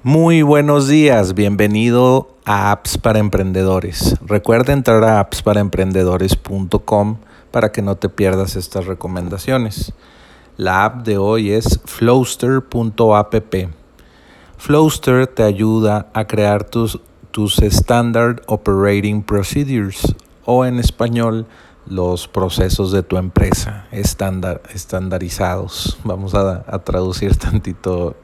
Muy buenos días, bienvenido a Apps para Emprendedores. Recuerda entrar a appsparaemprendedores.com para que no te pierdas estas recomendaciones. La app de hoy es Flowster.app. Flowster te ayuda a crear tus Standard Operating Procedures o en español los procesos de tu empresa estandarizados. Vamos a traducir tantito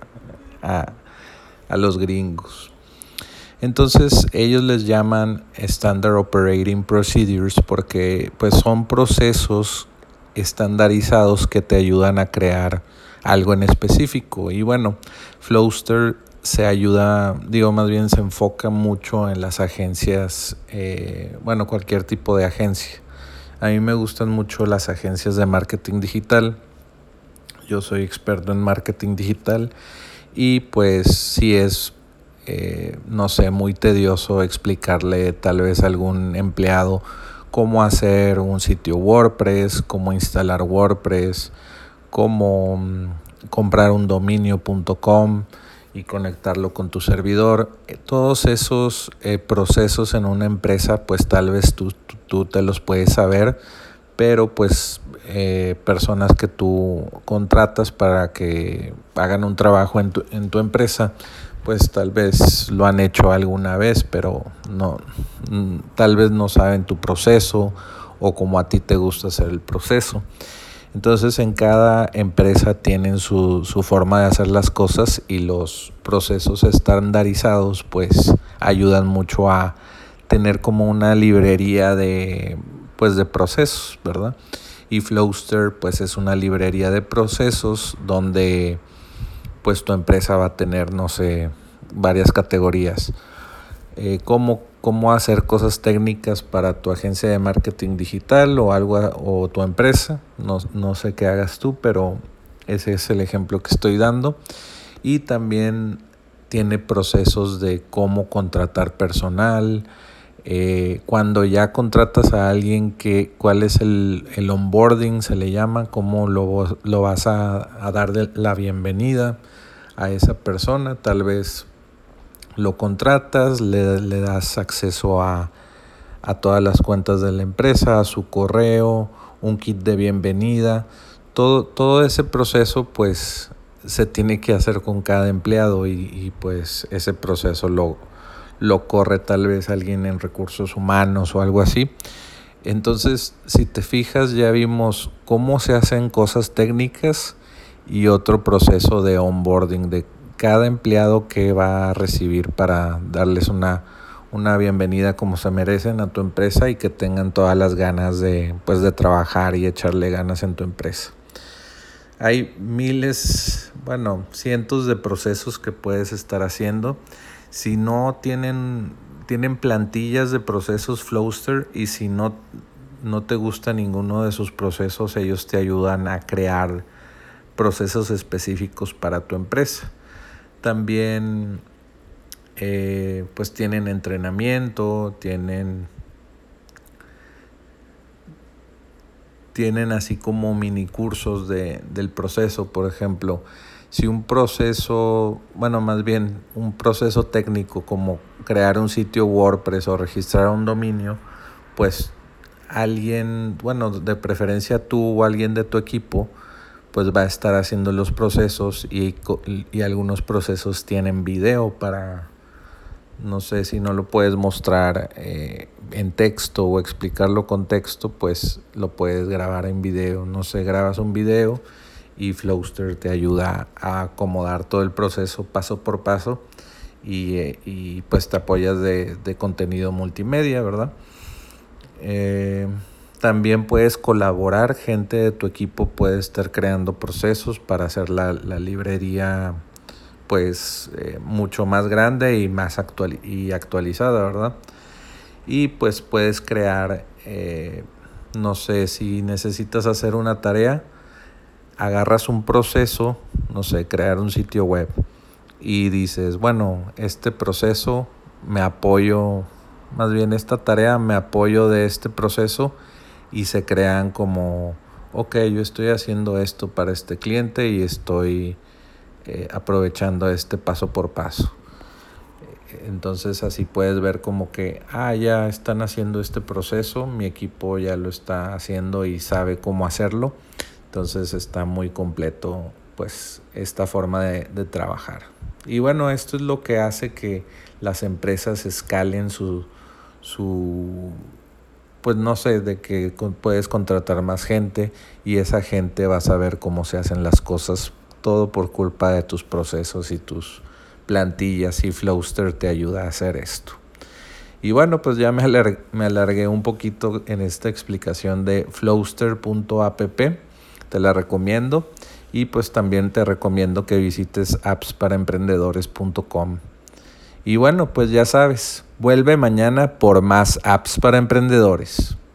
a los gringos. Entonces ellos les llaman Standard Operating Procedures porque pues son procesos estandarizados que te ayudan a crear algo en específico. Y bueno, Flowster se enfoca mucho en las agencias, cualquier tipo de agencia. A mí me gustan mucho las agencias de marketing digital. Yo soy experto en marketing digital y pues si es, muy tedioso explicarle tal vez a algún empleado cómo hacer un sitio WordPress, cómo instalar WordPress, cómo comprar un dominio.com y conectarlo con tu servidor. Todos esos procesos en una empresa, pues tal vez tú te los puedes saber, pero pues personas que tú contratas para que hagan un trabajo en tu empresa, pues tal vez lo han hecho alguna vez, pero tal vez no saben tu proceso o como a ti te gusta hacer el proceso. Entonces en cada empresa tienen su forma de hacer las cosas y los procesos estandarizados pues ayudan mucho a tener como una librería de procesos, ¿verdad? Y Flowster pues es una librería de procesos donde pues tu empresa va a tener, varias categorías. Cómo hacer cosas técnicas para tu agencia de marketing digital o tu empresa. No sé qué hagas tú, pero ese es el ejemplo que estoy dando. Y también tiene procesos de cómo contratar personal. Cuando ya contratas a alguien, cuál es el onboarding, se le llama, cómo lo vas a dar la bienvenida a esa persona. Tal vez lo contratas, le das acceso a todas las cuentas de la empresa, a su correo, un kit de bienvenida. Todo ese proceso pues se tiene que hacer con cada empleado y pues ese proceso lo corre tal vez alguien en recursos humanos o algo así. Entonces, si te fijas, ya vimos cómo se hacen cosas técnicas y otro proceso de onboarding de cada empleado que va a recibir para darles una bienvenida como se merecen a tu empresa y que tengan todas las ganas de trabajar y echarle ganas en tu empresa. Hay cientos de procesos que puedes estar haciendo. Si no tienen plantillas de procesos Flowster, y si no te gusta ninguno de sus procesos, ellos te ayudan a crear procesos específicos para tu empresa. También pues tienen entrenamiento, tienen así como mini cursos del proceso. Por ejemplo, si un proceso técnico como crear un sitio WordPress o registrar un dominio, pues alguien, de preferencia tú o alguien de tu equipo, pues va a estar haciendo los procesos y algunos procesos tienen video para, no sé si no lo puedes mostrar en texto o explicarlo con texto, pues lo puedes grabar en video. Grabas un video y Flowster te ayuda a acomodar todo el proceso paso por paso y pues te apoyas de contenido multimedia, ¿verdad? También puedes colaborar, gente de tu equipo puede estar creando procesos para hacer la librería pues mucho más grande y más actualizada, ¿verdad? Y pues puedes crear, si necesitas hacer una tarea, agarras un proceso, crear un sitio web y dices, este proceso esta tarea me apoyo de este proceso y se crean como, yo estoy haciendo esto para este cliente y estoy aprovechando este paso por paso. Entonces así puedes ver como que, ya están haciendo este proceso, mi equipo ya lo está haciendo y sabe cómo hacerlo. Entonces está muy completo pues esta forma de trabajar. Y bueno, esto es lo que hace que las empresas escalen su pues no sé, de que puedes contratar más gente y esa gente va a saber cómo se hacen las cosas, todo por culpa de tus procesos y tus plantillas, y Flowster te ayuda a hacer esto. Y bueno, pues ya me alargué un poquito en esta explicación de flowster.app, te la recomiendo, y pues también te recomiendo que visites appsparaemprendedores.com. Y bueno, pues ya sabes, vuelve mañana por más apps para emprendedores.